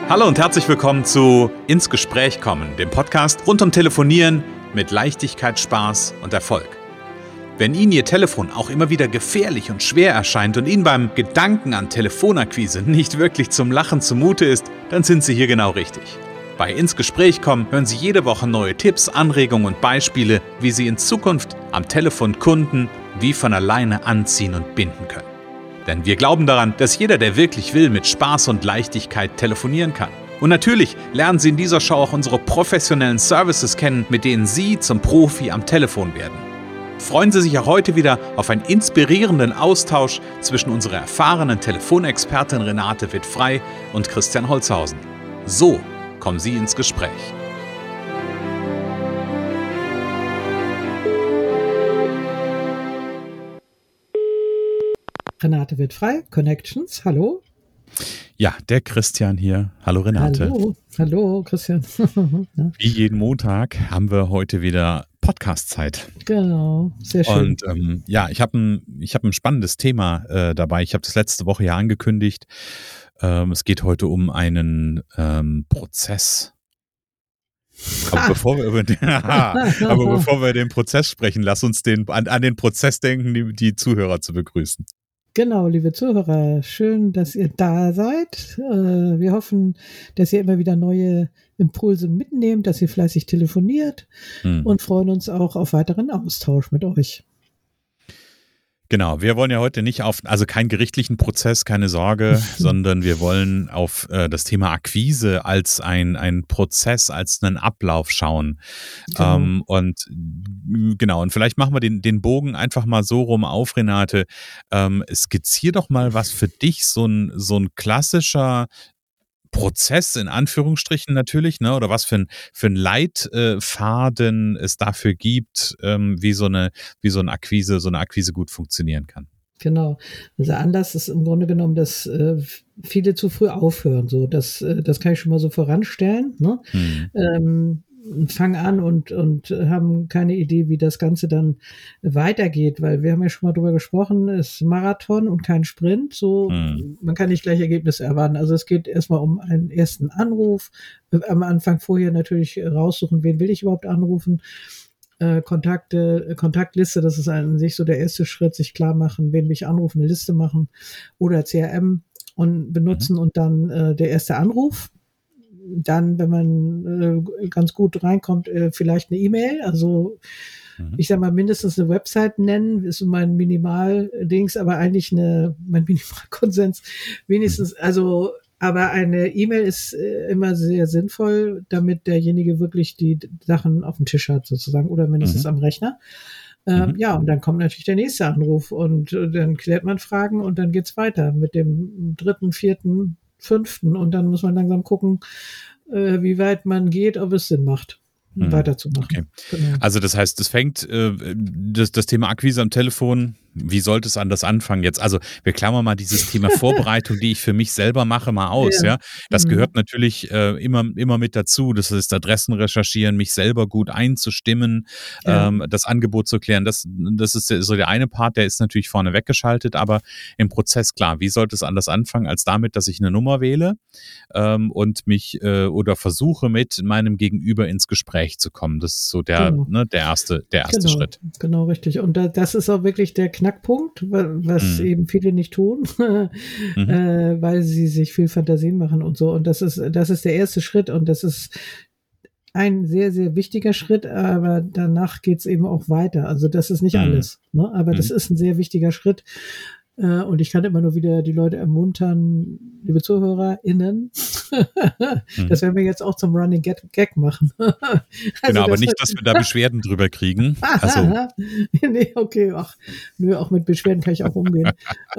Hallo und herzlich willkommen zu Ins Gespräch kommen, dem Podcast rund um Telefonieren mit Leichtigkeit, Spaß und Erfolg. Wenn Ihnen Ihr Telefon auch immer wieder gefährlich und schwer erscheint und Ihnen beim Gedanken an Telefonakquise nicht wirklich zum Lachen zumute ist, dann sind Sie hier genau richtig. Bei Ins Gespräch kommen hören Sie jede Woche neue Tipps, Anregungen und Beispiele, wie Sie in Zukunft am Telefon Kunden wie von alleine anziehen und binden können. Denn wir glauben daran, dass jeder, der wirklich will, mit Spaß und Leichtigkeit telefonieren kann. Und natürlich lernen Sie in dieser Show auch unsere professionellen Services kennen, mit denen Sie zum Profi am Telefon werden. Freuen Sie sich auch heute wieder auf einen inspirierenden Austausch zwischen unserer erfahrenen Telefonexpertin Renate Witt-Frey und Christian Holzhausen. So kommen Sie ins Gespräch. Renate Witt-Frey, Connections, hallo. Ja, der Christian hier. Hallo Renate. Hallo Christian. Wie jeden Montag haben wir heute wieder Podcast-Zeit. Genau, sehr schön. Und ich habe ein spannendes Thema dabei. Ich habe das letzte Woche ja angekündigt. Es geht heute um einen Prozess. Aber bevor wir über den Prozess sprechen, lass uns an den Prozess denken, die Zuhörer zu begrüßen. Genau, liebe Zuhörer, schön, dass ihr da seid. Wir hoffen, dass ihr immer wieder neue Impulse mitnehmt, dass ihr fleißig telefoniert und freuen uns auch auf weiteren Austausch mit euch. Genau, wir wollen ja heute nicht also keinen gerichtlichen Prozess, keine Sorge, sondern wir wollen auf das Thema Akquise als ein Prozess, als einen Ablauf schauen. Genau. Und vielleicht machen wir den Bogen einfach mal so rum auf, Renate. Skizzier doch mal, was für dich so ein klassischer Prozess in Anführungsstrichen natürlich, ne, oder was für ein Leitfaden es dafür gibt, wie so eine Akquise gut funktionieren kann. Genau. Also Anlass ist im Grunde genommen, dass viele zu früh aufhören. So, das kann ich schon mal so voranstellen. Ne? Fangen an und haben keine Idee, wie das Ganze dann weitergeht, weil wir haben ja schon mal drüber gesprochen, es ist Marathon und kein Sprint, so man kann nicht gleich Ergebnisse erwarten. Also es geht erstmal um einen ersten Anruf, am Anfang vorher natürlich raussuchen, wen will ich überhaupt anrufen, Kontaktliste, das ist an sich so der erste Schritt, sich klar machen, wen will ich anrufen, eine Liste machen oder CRM und benutzen und dann der erste Anruf. Dann, wenn man ganz gut reinkommt, vielleicht eine E-Mail. Also ich sag mal, mindestens eine Website nennen, ist so mein Minimal-Dings, aber eigentlich mein Minimalkonsens. Wenigstens, also, aber eine E-Mail ist immer sehr sinnvoll, damit derjenige wirklich die Sachen auf dem Tisch hat, sozusagen, oder mindestens am Rechner. Ja, und dann kommt natürlich der nächste Anruf und dann klärt man Fragen und dann geht's weiter mit dem 3., 4., 5. und dann muss man langsam gucken, wie weit man geht, ob es Sinn macht, weiterzumachen. Okay. Genau. Also das heißt, es fängt das Thema Akquise am Telefon. Wie sollte es anders anfangen jetzt? Also wir klammern mal dieses Thema Vorbereitung, die ich für mich selber mache, mal aus. Ja, das gehört natürlich immer mit dazu. Das ist Adressen recherchieren, mich selber gut einzustimmen, das Angebot zu klären. Das ist so der eine Part, der ist natürlich vorne weggeschaltet, aber im Prozess klar. Wie sollte es anders anfangen als damit, dass ich eine Nummer wähle und mich oder versuche mit meinem Gegenüber ins Gespräch zu kommen? Das ist so der erste Schritt. Genau, richtig. Und das ist auch wirklich der Knackpunkt, was eben viele nicht tun, weil sie sich viel Fantasien machen und so. Und das ist der erste Schritt und das ist ein sehr, sehr wichtiger Schritt, aber danach geht's eben auch weiter. Also das ist nicht alles, ne? Aber das ist ein sehr wichtiger Schritt. Und ich kann immer nur wieder die Leute ermuntern, liebe ZuhörerInnen, das werden wir jetzt auch zum Running Gag machen. Also genau, aber nicht, dass wir da Beschwerden drüber kriegen. Also. Nee, okay, auch mit Beschwerden kann ich auch umgehen.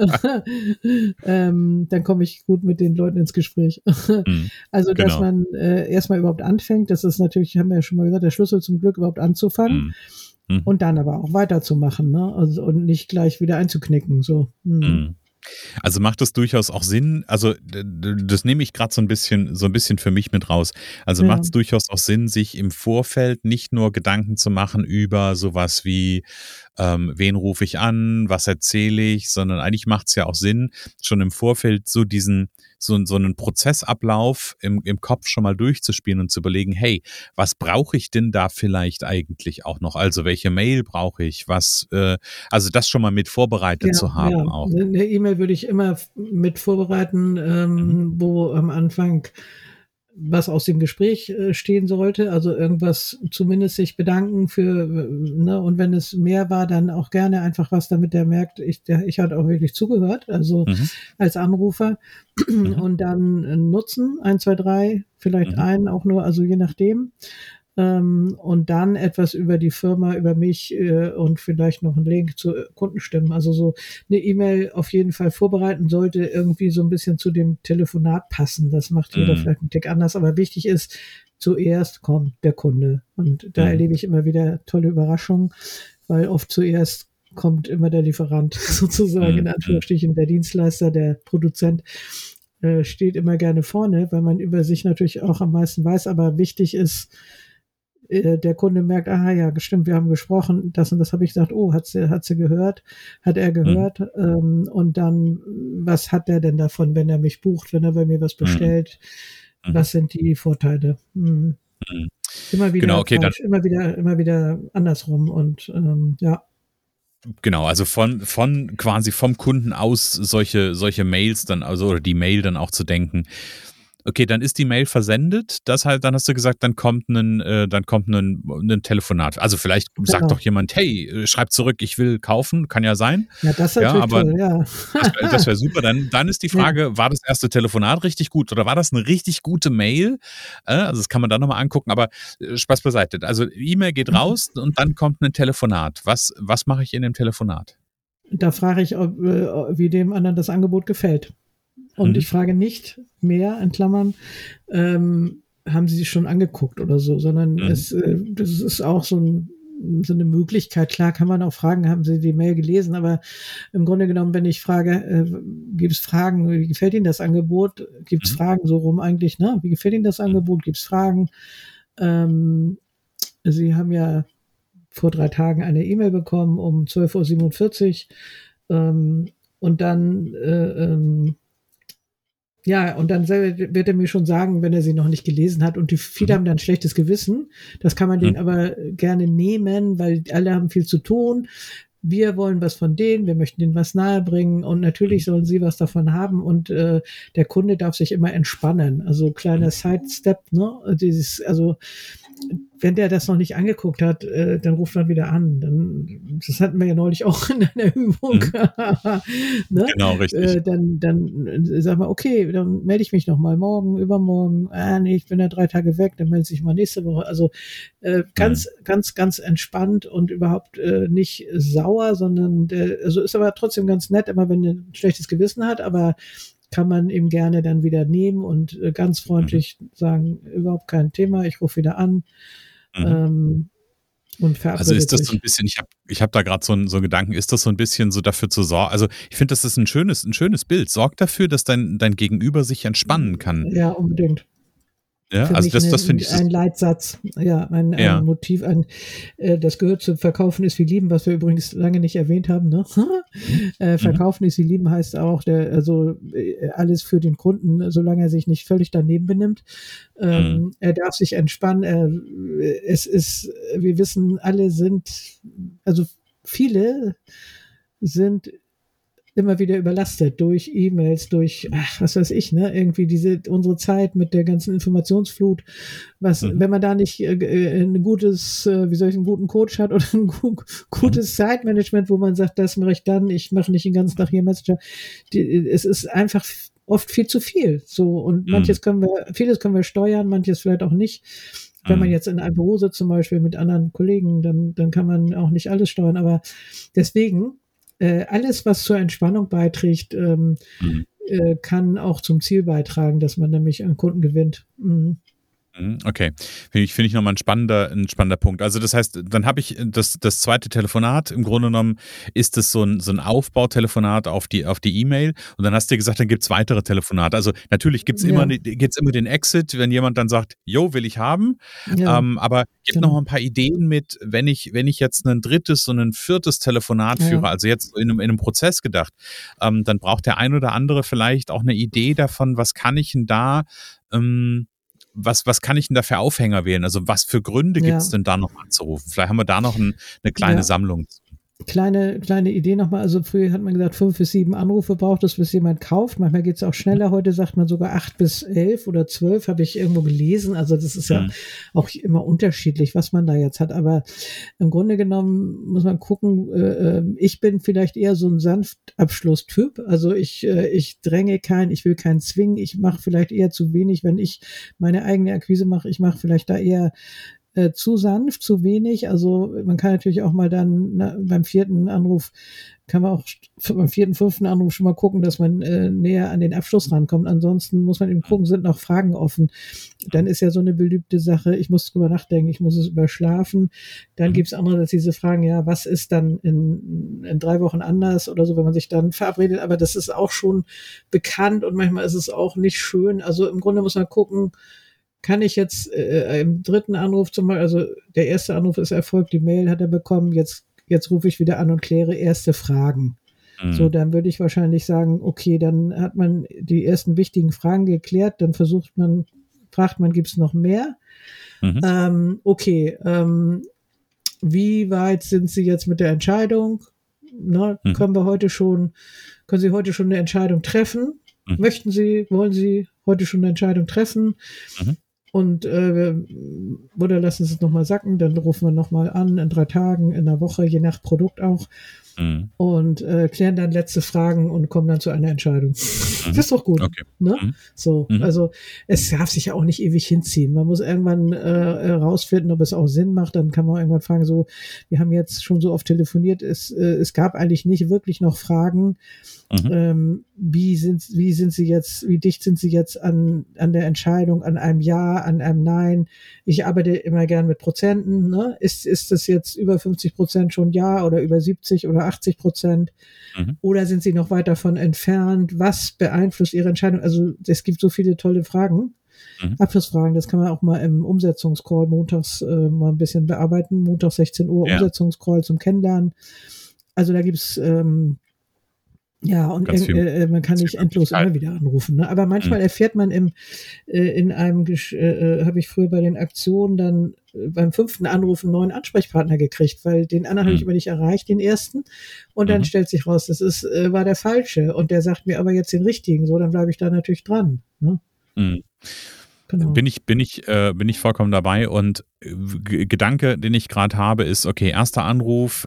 Dann komme ich gut mit den Leuten ins Gespräch. Also, dass man erstmal überhaupt anfängt, das ist natürlich, haben wir ja schon mal gesagt, der Schlüssel zum Glück überhaupt anzufangen. Und dann aber auch weiterzumachen, ne? Also, und nicht gleich wieder einzuknicken. So. Also macht es durchaus auch Sinn, also das nehme ich gerade so ein bisschen für mich mit raus. Also macht es durchaus auch Sinn, sich im Vorfeld nicht nur Gedanken zu machen über sowas wie, wen rufe ich an, was erzähle ich, sondern eigentlich macht es ja auch Sinn, schon im Vorfeld so diesen so einen Prozessablauf im Kopf schon mal durchzuspielen und zu überlegen, hey, was brauche ich denn da vielleicht eigentlich auch noch? Also welche Mail brauche ich? Also das schon mal mit vorbereitet zu haben auch. Eine E-Mail würde ich immer mit vorbereiten, wo am Anfang was aus dem Gespräch stehen sollte, also irgendwas zumindest sich bedanken für, ne, und wenn es mehr war, dann auch gerne einfach was, damit der merkt, ich hatte auch wirklich zugehört, also als Anrufer und dann Nutzen, 1, 2, 3, vielleicht einen auch nur, also je nachdem. Und dann etwas über die Firma, über mich und vielleicht noch einen Link zu Kundenstimmen. Also so eine E-Mail auf jeden Fall vorbereiten sollte irgendwie so ein bisschen zu dem Telefonat passen. Das macht jeder vielleicht einen Tick anders, aber wichtig ist, zuerst kommt der Kunde. Und da erlebe ich immer wieder tolle Überraschungen, weil oft zuerst kommt immer der Lieferant sozusagen, in Anführungsstrichen der Dienstleister, der Produzent steht immer gerne vorne, weil man über sich natürlich auch am meisten weiß, aber wichtig ist, der Kunde merkt, aha, ja, stimmt, wir haben gesprochen, das und das habe ich gesagt, oh, hat sie gehört, hat er gehört, und dann, was hat er denn davon, wenn er mich bucht, wenn er bei mir was bestellt, was sind die Vorteile? Immer wieder genau, okay, falsch, immer wieder andersrum und ja. Genau, also von quasi vom Kunden aus solche Mails dann, also oder die Mail dann auch zu denken. Okay, dann ist die Mail versendet. Dann hast du gesagt, dann kommt ein Telefonat. Also vielleicht sagt doch jemand, hey, schreib zurück, ich will kaufen, kann ja sein. Ja, das ist natürlich toll, ja. Das wäre super. Dann ist die Frage, war das erste Telefonat richtig gut oder war das eine richtig gute Mail? Also das kann man dann nochmal angucken, aber Spaß beiseite. Also E-Mail geht raus und dann kommt ein Telefonat. Was mache ich in dem Telefonat? Da frage ich, wie dem anderen das Angebot gefällt. Und ich frage nicht mehr, in Klammern, haben Sie sich schon angeguckt oder so, sondern das ist auch so eine Möglichkeit. Klar kann man auch fragen, haben Sie die Mail gelesen, aber im Grunde genommen, wenn ich frage, gibt es Fragen, wie gefällt Ihnen das Angebot? Gibt es Fragen so rum eigentlich, ne? Wie gefällt Ihnen das Angebot? Gibt es Fragen? Sie haben ja vor 3 Tagen eine E-Mail bekommen um 12:47 Uhr, und dann ja, und dann wird er mir schon sagen, wenn er sie noch nicht gelesen hat. Und viele haben dann ein schlechtes Gewissen. Das kann man denen aber gerne nehmen, weil alle haben viel zu tun. Wir wollen was von denen, wir möchten denen was nahebringen und natürlich sollen sie was davon haben und der Kunde darf sich immer entspannen. Also kleiner Sidestep, ne? Also wenn der das noch nicht angeguckt hat, dann ruft man wieder an. Das hatten wir ja neulich auch in einer Übung. Ne? Genau, richtig. Dann sagen wir, okay, dann melde ich mich nochmal morgen, übermorgen. Nee, ich bin ja 3 Tage weg, dann melde ich mal nächste Woche. Also ganz entspannt und überhaupt nicht sauer, sondern also ist aber trotzdem ganz nett, immer wenn er ein schlechtes Gewissen hat, aber kann man ihm gerne dann wieder nehmen und ganz freundlich sagen, überhaupt kein Thema, ich rufe wieder an und verabredet Also ist das sich. so ein bisschen, ich hab da gerade so einen Gedanken, ist das so ein bisschen so dafür zu sorgen, also ich finde, das ist ein schönes Bild. Sorg dafür, dass dein Gegenüber sich entspannen kann. Ja, unbedingt. Ja, Für also mich das finde ich. ein Leitsatz, ja, ein Motiv, das gehört zu Verkaufen ist wie Lieben, was wir übrigens lange nicht erwähnt haben. Ne? Verkaufen ist wie Lieben heißt auch, alles für den Kunden, solange er sich nicht völlig daneben benimmt. Er darf sich entspannen. Wir wissen, viele sind immer wieder überlastet durch E-Mails, durch, was weiß ich, ne, irgendwie unsere Zeit mit der ganzen Informationsflut, wenn man da nicht ein gutes, einen guten Coach hat oder ein gutes Zeitmanagement, wo man sagt, das mache ich dann, ich mache nicht den ganzen Tag hier Messenger, es ist einfach oft viel zu viel, so, und vieles können wir steuern, manches vielleicht auch nicht. Wenn man jetzt in einem Büro sitzt, zum Beispiel mit anderen Kollegen, dann kann man auch nicht alles steuern, aber deswegen, alles, was zur Entspannung beiträgt, kann auch zum Ziel beitragen, dass man nämlich einen Kunden gewinnt. Okay, finde ich nochmal ein spannender Punkt. Also das heißt, dann habe ich das zweite Telefonat. Im Grunde genommen ist es so ein Aufbautelefonat auf die E-Mail und dann hast du gesagt, dann gibt's weitere Telefonate. Also natürlich Ja, gibt's immer den Exit, wenn jemand dann sagt: „Jo, will ich haben." ja, Aber gib noch mal genau. 'n paar Ideen mit, wenn ich jetzt ein drittes und ein viertes Telefonat Ja, führe, also jetzt so in 'nem Prozess gedacht, dann braucht der ein oder andere vielleicht auch eine Idee davon, was kann ich denn da ähm, was kann ich denn da für Aufhänger wählen? Also, was für Gründe gibt's ja, denn da noch anzurufen? Vielleicht haben wir da noch 'ne kleine ja. Sammlung. Kleine Idee nochmal. Also früher hat man gesagt, 5 bis 7 Anrufe braucht es, bis jemand kauft. Manchmal geht es auch schneller. Heute sagt man sogar 8 bis 11 oder 12, habe ich irgendwo gelesen. Also das ist ja Mhm, auch immer unterschiedlich, was man da jetzt hat. Aber im Grunde genommen muss man gucken, ich bin vielleicht eher so ein Sanftabschlusstyp. Also ich dränge keinen, ich will keinen zwingen. Ich mache vielleicht eher zu wenig, wenn ich meine eigene Akquise mache. Ich mache vielleicht da eher zu sanft, zu wenig. Also man kann natürlich auch mal dann beim vierten Anruf, kann man auch beim vierten, fünften Anruf schon mal gucken, dass man näher an den Abschluss rankommt. Ansonsten muss man eben gucken, sind noch Fragen offen. Dann ist ja so eine beliebte Sache, ich muss drüber nachdenken, ich muss es überschlafen. Dann mhm, gibt's andere, dass diese Fragen, ja, was ist dann in 3 Wochen anders oder so, wenn man sich dann verabredet. Aber das ist auch schon bekannt und manchmal ist es auch nicht schön. Also im Grunde muss man gucken, kann ich jetzt im dritten Anruf zum Beispiel, also der erste Anruf ist erfolgt, die Mail hat er bekommen, jetzt rufe ich wieder an und kläre erste Fragen. So, mhm, dann würde ich wahrscheinlich sagen, okay, dann hat man die ersten wichtigen Fragen geklärt, dann fragt man, gibt es noch mehr? mhm, Okay, wie weit sind Sie jetzt mit der Entscheidung? Na, mhm, können Sie heute schon eine Entscheidung treffen? mhm, Wollen Sie heute schon eine Entscheidung treffen? mhm, Und oder lassen Sie es nochmal sacken, dann rufen wir nochmal an in 3 Tagen, in einer Woche, je nach Produkt auch. mhm, Und klären dann letzte Fragen und kommen dann zu einer Entscheidung. Das mhm. ist doch gut. Okay. Ne? Mhm, So, mhm, also es darf sich ja auch nicht ewig hinziehen. Man muss irgendwann herausfinden, ob es auch Sinn macht. Dann kann man irgendwann fragen, so, wir haben jetzt schon so oft telefoniert, es gab eigentlich nicht wirklich noch Fragen. mhm, Wie dicht sind Sie jetzt an der Entscheidung, an einem Ja, an einem Nein? Ich arbeite immer gern mit Prozenten. Ne? Ist das jetzt über 50% schon Ja oder über 70 oder 80%? mhm, Oder sind Sie noch weit davon entfernt? Was beeinflusst Ihre Entscheidung? Also es gibt so viele tolle Fragen. mhm, Abschlussfragen, das kann man auch mal im Umsetzungscall montags mal ein bisschen bearbeiten. Montags 16 Uhr ja, Umsetzungscall zum Kennenlernen. Also da gibt's ja, und ganz viel man kann ganz viel nicht endlos immer Möglichkeiten. wieder anrufen. Ne? Aber Mhm, manchmal erfährt man in einem, habe ich früher bei den Aktionen dann beim 5. Anruf einen neuen Ansprechpartner gekriegt, weil den anderen habe ich mhm, aber nicht erreicht, den ersten. Und dann mhm, stellt sich raus, war der falsche. Und der sagt mir aber jetzt den richtigen. So, dann bleibe ich da natürlich dran. Ne? mhm. Genau. Bin ich vollkommen dabei und Gedanke, den ich gerade habe, ist, okay, erster Anruf,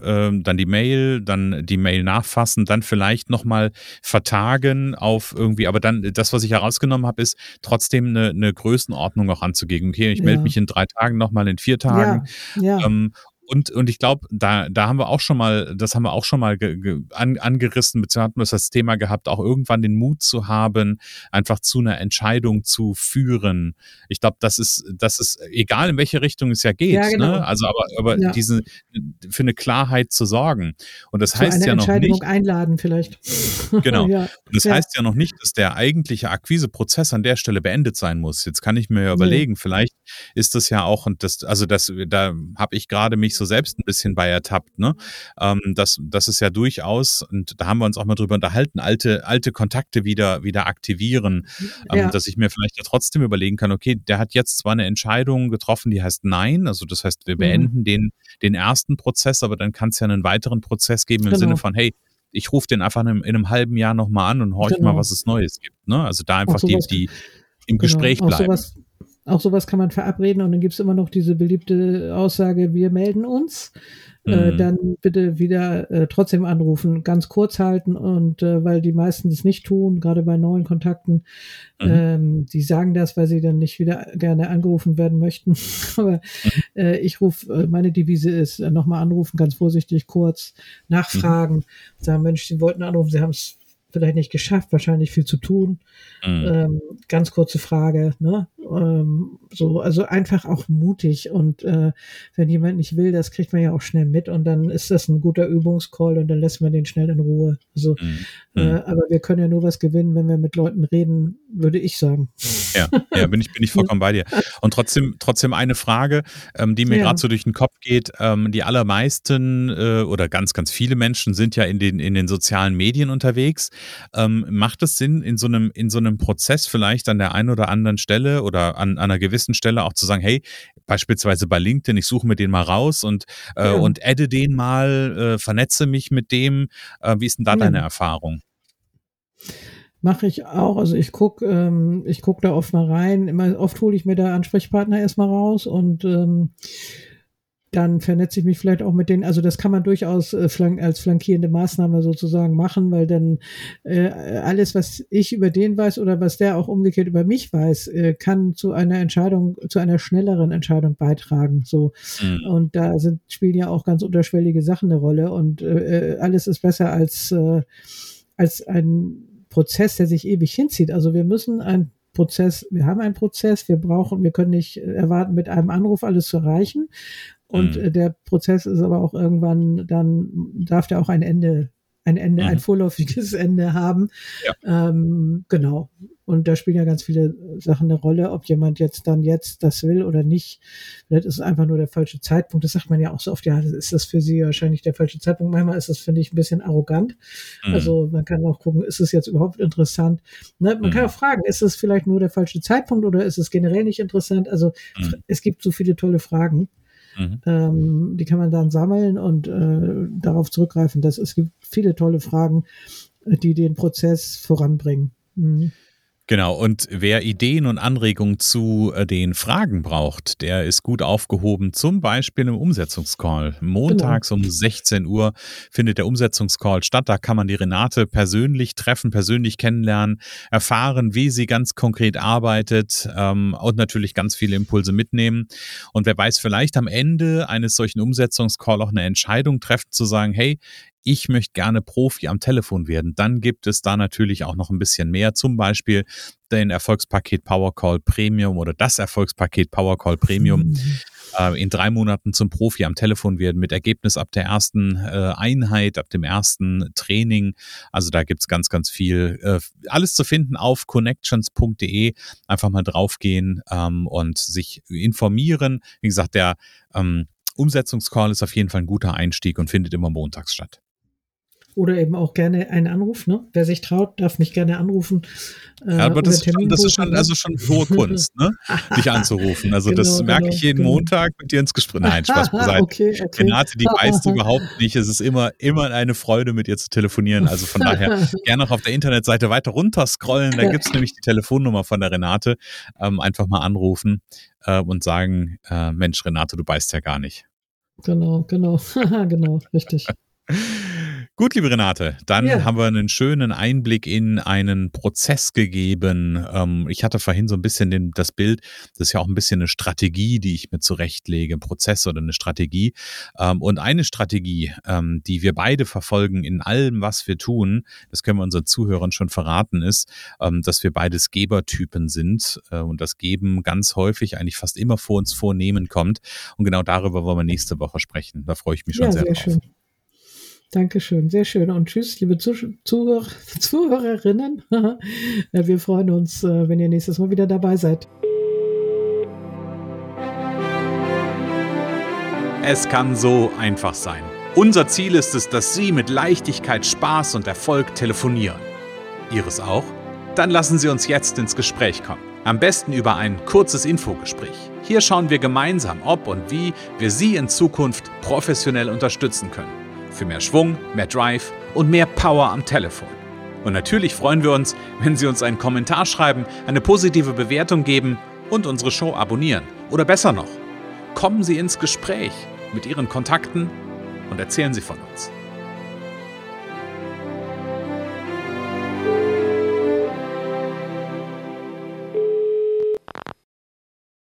dann die Mail nachfassen, dann vielleicht noch mal vertagen auf irgendwie, aber dann das, was ich herausgenommen habe, ist trotzdem eine Größenordnung auch anzugeben. Okay, ich melde Ja, mich in 3 Tagen, noch mal in 4 Tagen. ja, ja, Und ich glaube, da haben wir auch schon mal das haben wir auch schon mal angerissen, beziehungsweise hatten wir das Thema gehabt, auch irgendwann den Mut zu haben, einfach zu einer Entscheidung zu führen. Ich glaube, das ist egal, in welche Richtung es ja ja, geht, ne? genau. Also, aber Ja, diese für eine Klarheit zu sorgen. Und das zu heißt einer ja noch Entscheidung nicht. einladen vielleicht. Genau. Ja, Und das ja, heißt ja noch nicht, dass der eigentliche Akquiseprozess an der Stelle beendet sein muss. Jetzt kann ich mir ja nee, überlegen, vielleicht ist das ja auch und da habe ich gerade mich so selbst ein bisschen bei ertappt, ne? Das ist ja durchaus und da haben wir uns auch mal drüber unterhalten, alte Kontakte wieder aktivieren, ja, dass ich mir vielleicht ja trotzdem überlegen kann, okay, der hat jetzt zwar eine Entscheidung getroffen, die heißt „Nein", also das heißt, wir mhm, beenden den ersten Prozess, aber dann kann's ja einen weiteren Prozess geben im Sinne genau, von: „Hey, ich rufe den einfach in 'nem halben Jahr noch mal an und horch mal, genau. was es Neues gibt", ne? Also, da Auch einfach sowas, die im genau, Gespräch bleiben. auch sowas kann man verabreden und dann gibt's immer noch diese beliebte Aussage, wir melden uns. Mhm, Dann bitte wieder trotzdem anrufen, ganz kurz halten und weil die meisten das nicht tun, gerade bei neuen Kontakten. mhm, Die sagen das, weil sie dann nicht wieder gerne angerufen werden möchten. Aber mhm, meine Devise ist, nochmal anrufen, ganz vorsichtig, kurz, mhm, nachfragen, sagen, Mensch, Sie wollten anrufen, Sie haben es vielleicht nicht geschafft, wahrscheinlich viel zu tun. Ganz kurze Frage, ne? So, also einfach auch mutig und wenn jemand nicht will, das kriegt man ja auch schnell mit und dann ist das ein guter Übungscall und dann lässt man den schnell in Ruhe. Also, aber wir können ja nur was gewinnen, wenn wir mit Leuten reden, würde ich sagen. Ja, bin ich vollkommen bei dir. Und trotzdem eine Frage, die mir gerade so durch den Kopf geht. Die allermeisten oder ganz, ganz viele Menschen sind ja in den sozialen Medien unterwegs. Macht es Sinn, in so einem Prozess vielleicht an der einen oder anderen Stelle oder an einer gewissen Stelle auch zu sagen, hey, beispielsweise bei LinkedIn, ich suche mir den mal raus und adde den mal, vernetze mich mit dem. Wie ist denn da deine Erfahrung? Mache ich auch. Also ich guck da oft mal rein. Oft hole ich mir da Ansprechpartner erstmal raus und dann vernetze ich mich vielleicht auch mit denen. Also das kann man durchaus als flankierende Maßnahme sozusagen machen, weil dann alles, was ich über den weiß oder was der auch umgekehrt über mich weiß, kann zu einer schnelleren Entscheidung beitragen. So. Und da spielen ja auch ganz unterschwellige Sachen eine Rolle und alles ist besser als ein Prozess, der sich ewig hinzieht. Also wir haben einen Prozess, wir können nicht erwarten, mit einem Anruf alles zu erreichen. Und der Prozess ist aber auch irgendwann, dann darf der auch ein vorläufiges Ende haben. Ja. Genau. Und da spielen ja ganz viele Sachen eine Rolle, ob jemand jetzt das will oder nicht. Vielleicht ist es einfach nur der falsche Zeitpunkt. Das sagt man ja auch so oft, ja, ist das für sie wahrscheinlich der falsche Zeitpunkt. Manchmal ist das, finde ich, ein bisschen arrogant. Also man kann auch gucken, ist es jetzt überhaupt interessant? Ne? Man kann auch fragen, ist es vielleicht nur der falsche Zeitpunkt oder ist es generell nicht interessant? Also es gibt so viele tolle Fragen. Die kann man dann sammeln und darauf zurückgreifen. Es gibt viele tolle Fragen, die den Prozess voranbringen. Genau, und wer Ideen und Anregungen zu den Fragen braucht, der ist gut aufgehoben, zum Beispiel im Umsetzungscall. Montags um 16 Uhr findet der Umsetzungscall statt. Da kann man die Renate persönlich treffen, persönlich kennenlernen, erfahren, wie sie ganz konkret arbeitet und natürlich ganz viele Impulse mitnehmen. Und wer weiß, vielleicht am Ende eines solchen Umsetzungscalls auch eine Entscheidung treffen, zu sagen, hey, ich möchte gerne Profi am Telefon werden. Dann gibt es da natürlich auch noch ein bisschen mehr, zum Beispiel den Erfolgspaket Powercall Premium oder das Erfolgspaket Powercall Premium. In 3 Monaten zum Profi am Telefon werden mit Ergebnis ab der ersten Einheit, ab dem ersten Training. Also da gibt's ganz, ganz viel. Alles zu finden auf connections.de. Einfach mal draufgehen und sich informieren. Wie gesagt, der Umsetzungscall ist auf jeden Fall ein guter Einstieg und findet immer montags statt. Oder eben auch gerne einen Anruf, ne? Wer sich traut, darf mich gerne anrufen. Aber das ist schon hohe Kunst, ne? Dich anzurufen. Also das merke ich jeden Montag mit dir ins Gespräch. Nein, Spaß beiseite. Okay. Renate, die weißt du überhaupt nicht. Es ist immer eine Freude, mit ihr zu telefonieren. Also von daher gerne auch auf der Internetseite weiter runterscrollen. Da gibt's nämlich die Telefonnummer von der Renate. Einfach mal anrufen und sagen, Mensch, Renate, du beißt ja gar nicht. Genau, richtig. Gut, liebe Renate, dann haben wir einen schönen Einblick in einen Prozess gegeben. Ich hatte vorhin so ein bisschen das Bild, das ist ja auch ein bisschen eine Strategie, die ich mir zurechtlege, ein Prozess oder eine Strategie. Und eine Strategie, die wir beide verfolgen in allem, was wir tun, das können wir unseren Zuhörern schon verraten, ist, dass wir beides Gebertypen sind und das Geben ganz häufig, eigentlich fast immer vor uns vornehmen kommt. Und genau darüber wollen wir nächste Woche sprechen. Da freue ich mich schon sehr drauf. Schön. Dankeschön, sehr schön. Und tschüss, liebe Zuhörerinnen. Wir freuen uns, wenn ihr nächstes Mal wieder dabei seid. Es kann so einfach sein. Unser Ziel ist es, dass Sie mit Leichtigkeit, Spaß und Erfolg telefonieren. Ihres auch? Dann lassen Sie uns jetzt ins Gespräch kommen. Am besten über ein kurzes Infogespräch. Hier schauen wir gemeinsam, ob und wie wir Sie in Zukunft professionell unterstützen können. Für mehr Schwung, mehr Drive und mehr Power am Telefon. Und natürlich freuen wir uns, wenn Sie uns einen Kommentar schreiben, eine positive Bewertung geben und unsere Show abonnieren. Oder besser noch, kommen Sie ins Gespräch mit Ihren Kontakten und erzählen Sie von uns.